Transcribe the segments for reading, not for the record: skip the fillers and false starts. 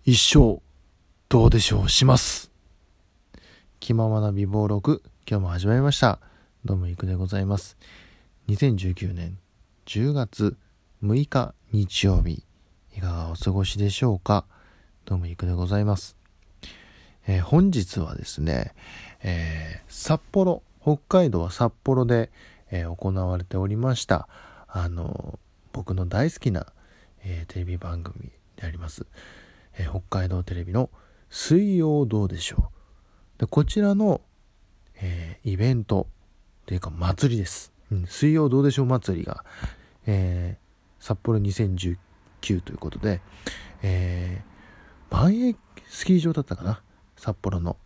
一生どうでしょうします。気ままな美貌録、今日も始まりました。どうもいくでございます。2019年10月6日日曜日、いかがお過ごしでしょうか。どうもいくでございます。本日はですね、札幌、北海道は札幌で、行われておりました僕の大好きな、テレビ番組であります、北海道テレビの水曜どうでしょうで、こちらの、イベントというか祭りです、水曜どうでしょう祭りが、札幌2019ということで、万栄スキー場だったかな、札幌の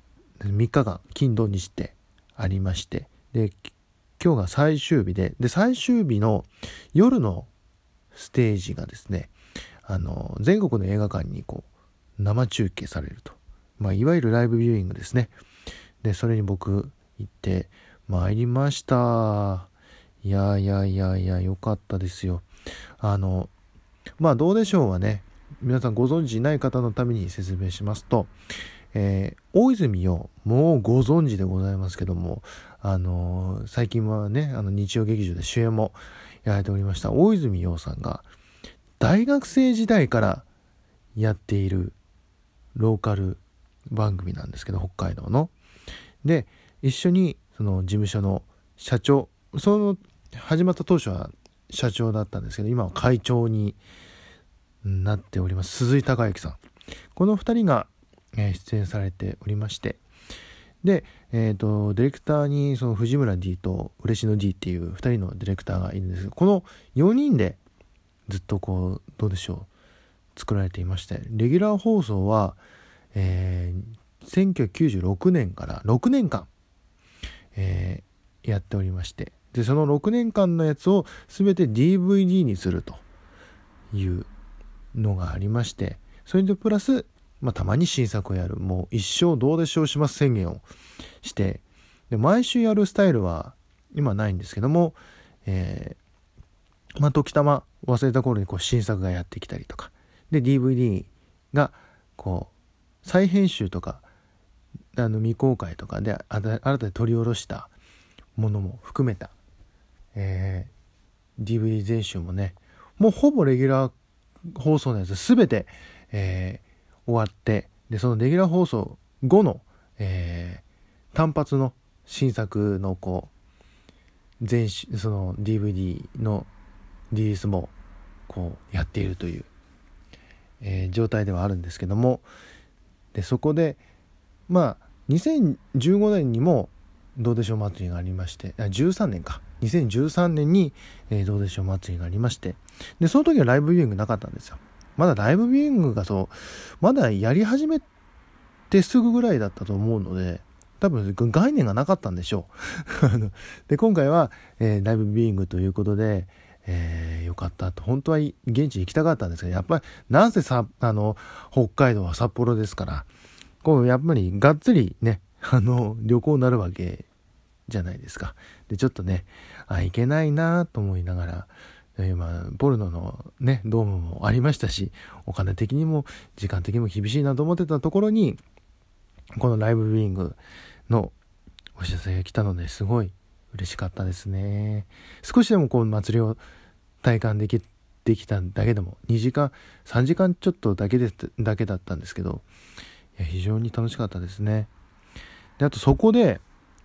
3日間金土日ってありまして、で今日が最終日で最終日の夜のステージがですね、全国の映画館に生中継されると、いわゆるライブビューイングですね。でそれに僕行って参りました。いやよかったですよ。どうでしょうはね、皆さんご存知ない方のために説明しますと、大泉洋、もうご存知でございますけども、最近はね、日曜劇場で主演もやられておりました大泉洋さんが大学生時代からやっているローカル番組なんですけど、北海道ので一緒にその事務所の社長、その始まった当初は社長だったんですけど、今は会長になっております鈴井孝之さん、この2人が出演されておりまして、で、ディレクターにその藤村 D と嬉野 D っていう2人のディレクターがいるんですけど、この4人でずっとどうでしょう作られていまして、レギュラー放送は、1996年から6年間、やっておりまして、でその6年間のやつを全て DVD にするというのがありまして、それでプラスたまに新作をやる、もう一生どうでしょうします宣言をして、で毎週やるスタイルは今ないんですけども、時たま忘れた頃に新作がやってきたりとかで、 DVD が再編集とか未公開とかで新たに取り下ろしたものも含めた、DVD 全集もね、もうほぼレギュラー放送のやつ全て、終わって、でそのレギュラー放送後の、単発の新作のその DVD のリリースもやっているという、状態ではあるんですけども、でそこで2015年にもどうでしょう祭りがありまして、2013年に、どうでしょう祭りがありまして、でその時はライブビューイングなかったんですよ。まだライブビューイングがまだやり始めてすぐぐらいだったと思うので、多分概念がなかったんでしょうで今回は、ライブビューイングということで、よかったと、本当は現地に行きたかったんですけど、やっぱりなんせ北海道は札幌ですから、やっぱりがっつりね旅行になるわけじゃないですか。でちょっとねいけないなと思いながら、今ポルノのねドームもありましたし、お金的にも時間的にも厳しいなと思ってたところに、このライブビューイングのお知らせが来たので、すごい嬉しかったですね。少しでも祭りを体感できただけでも2時間3時間ちょっとだけだったんですけど、非常に楽しかったですね。であとそこで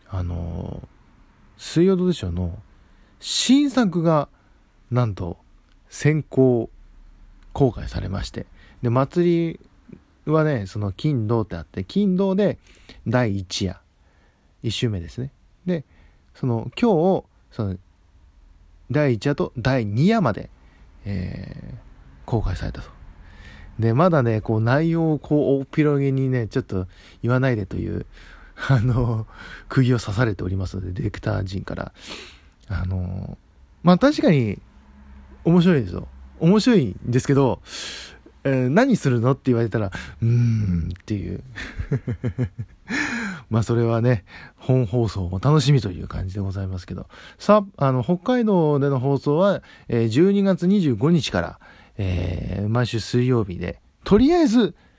水曜どうでしょうの新作がなんと先行公開されまして、で祭りはねその金土ってあって、金土で第1夜1週目ですね。で今日その第1夜と第2夜まで、公開されたと。でまだね内容を大っ広げにねちょっと言わないでという釘を刺されておりますので、ディレクター陣から確かに面白いですよ。面白いんですけど、何するのって言われたらっていうそれはね本放送お楽しみという感じでございますけど、北海道での放送は、12月25日から、毎週水曜日でとりあえず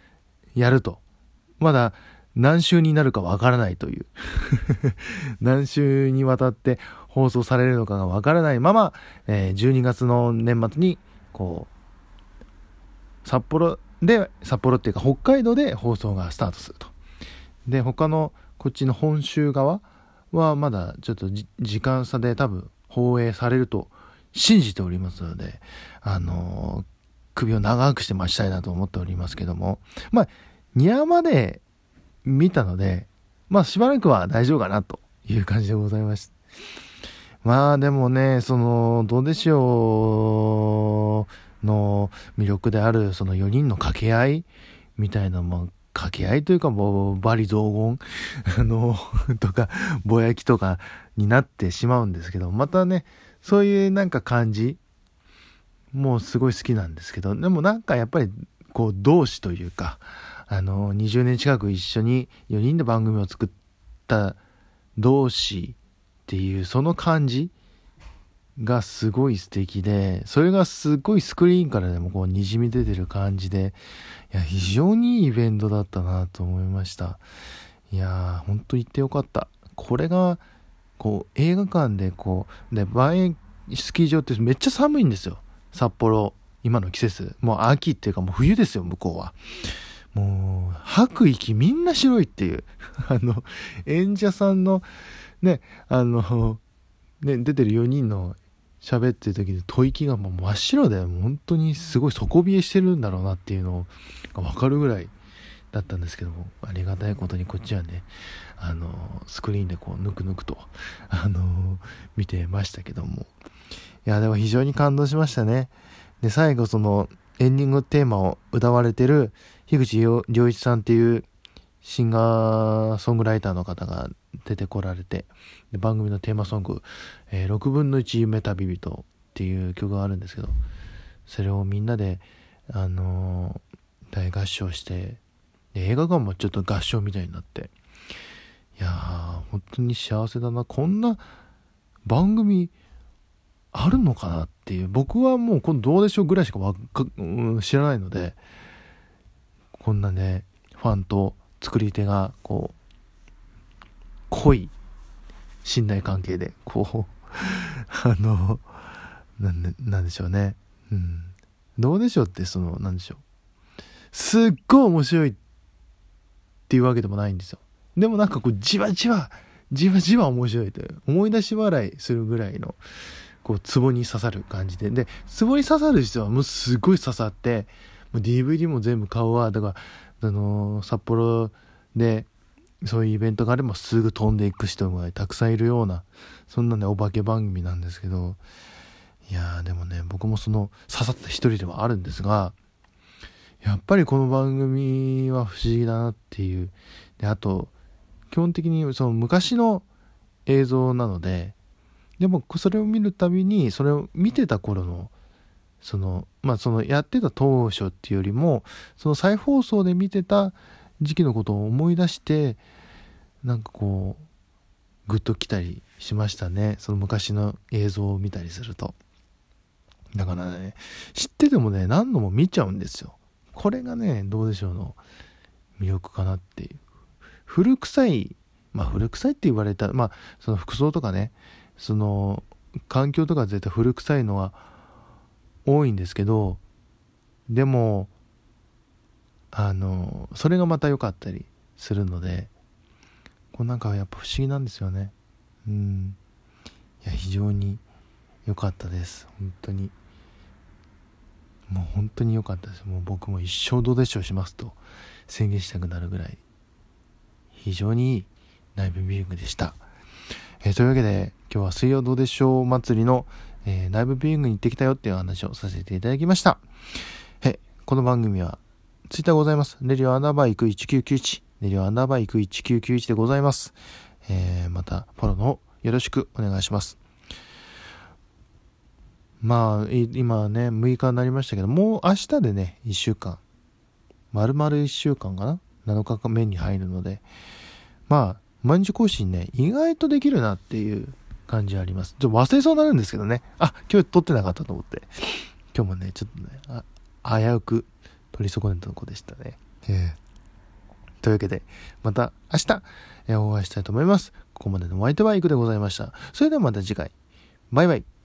やると。まだ何週になるかわからないという何週にわたって放送されるのかがわからないまま、12月の年末にこう札幌っていうか北海道で放送がスタートすると。で他のこっちの本州側はまだちょっと時間差で多分放映されると信じておりますので、首を長くして待ちたいなと思っておりますけども、まあ2話まで見たので、まあしばらくは大丈夫かなという感じでございます。まあでもね、どうでしょうの魅力であるその4人の掛け合いみたいな、まあ掛け合いというかもう罵詈雑言とかぼやきとかになってしまうんですけど、またねそういうなんか感じもうすごい好きなんですけど、でもなんかやっぱりこう同志というか、20年近く一緒に4人で番組を作った同志っていうその感じがすごい素敵で、それがすごいスクリーンからでもこう滲み出てる感じで、いや非常にいいイベントだったなと思いました。いやー本当行ってよかった。これがこう映画館でこうで万円スキー場ってめっちゃ寒いんですよ、札幌。今の季節もう秋っていうかもう冬ですよ、向こうは。もう吐く息みんな白いっていう演者さんのね出てる4人の喋ってる時で吐息がもう真っ白で、もう本当にすごい底冷えしてるんだろうなっていうのが分かるぐらいだったんですけども、ありがたいことにこっちはねスクリーンでこうぬくぬくと見てましたけども、いやでも非常に感動しましたね。で最後そのエンディングテーマを歌われてる樋口良一さんっていうシンガーソングライターの方が出てこられて、で番組のテーマソング、6分の1夢旅人っていう曲があるんですけど、それをみんなで大合唱して、で映画館もちょっと合唱みたいになって、いやー本当に幸せだな、こんな番組あるのかなっていう。僕はもうこのどうでしょうぐらいしか知らないので、こんなねファンと作り手がこう濃い信頼関係でこうなんでしょうね、どうでしょうってなんでしょう、すっごい面白いっていうわけでもないんですよ。でもなんかこうじわじわ面白いという、思い出し笑いするぐらいのこうツボに刺さる感じで、ツボに刺さる人はもうすごい刺さって、もう DVD も全部買うわ。だから札幌でそういうイベントがあればすぐ飛んでいく人がたくさんいるような、そんなねお化け番組なんですけど、いやーでもね僕も刺さった一人ではあるんですが、やっぱりこの番組は不思議だなっていう。であと基本的にその昔の映像なので、でもそれを見るたびにそれを見てた頃のやってた当初っていうよりも、その再放送で見てた時期のことを思い出して、なんかこうグッときたりしましたね、その昔の映像を見たりすると。だからね知っててもね何度も見ちゃうんですよ。これがねどうでしょうの魅力かなっていう。古臭いって言われたら、その服装とかね、その環境とか絶対古臭いのは多いんですけど、でもそれがまた良かったりするので、こうなんかやっぱ不思議なんですよね。いや非常に良かったです。本当にもう本当に良かったです。もう僕も一生どうでしょうしますと宣言したくなるぐらい非常にいいライブビューイングでした。というわけで今日は水曜どうでしょう祭りの、ライブビューイングに行ってきたよっていう話をさせていただきました。この番組はツイッターございます。レディオ&行く1991、レディオ&行く1991でございます。またフォローの方よろしくお願いします。今ね6日になりましたけど、もう明日でね1週間丸々1週間かな、7日目に入るので、毎日更新ね意外とできるなっていう感じあります。ちょっと忘れそうになるんですけどね、今日撮ってなかったと思って、今日もねちょっとね危うく取り損ねたとこでしたね。 というわけで、また明日、お会いしたいと思います。ここまでのお相手はイクでございました。それではまた次回。バイバイ。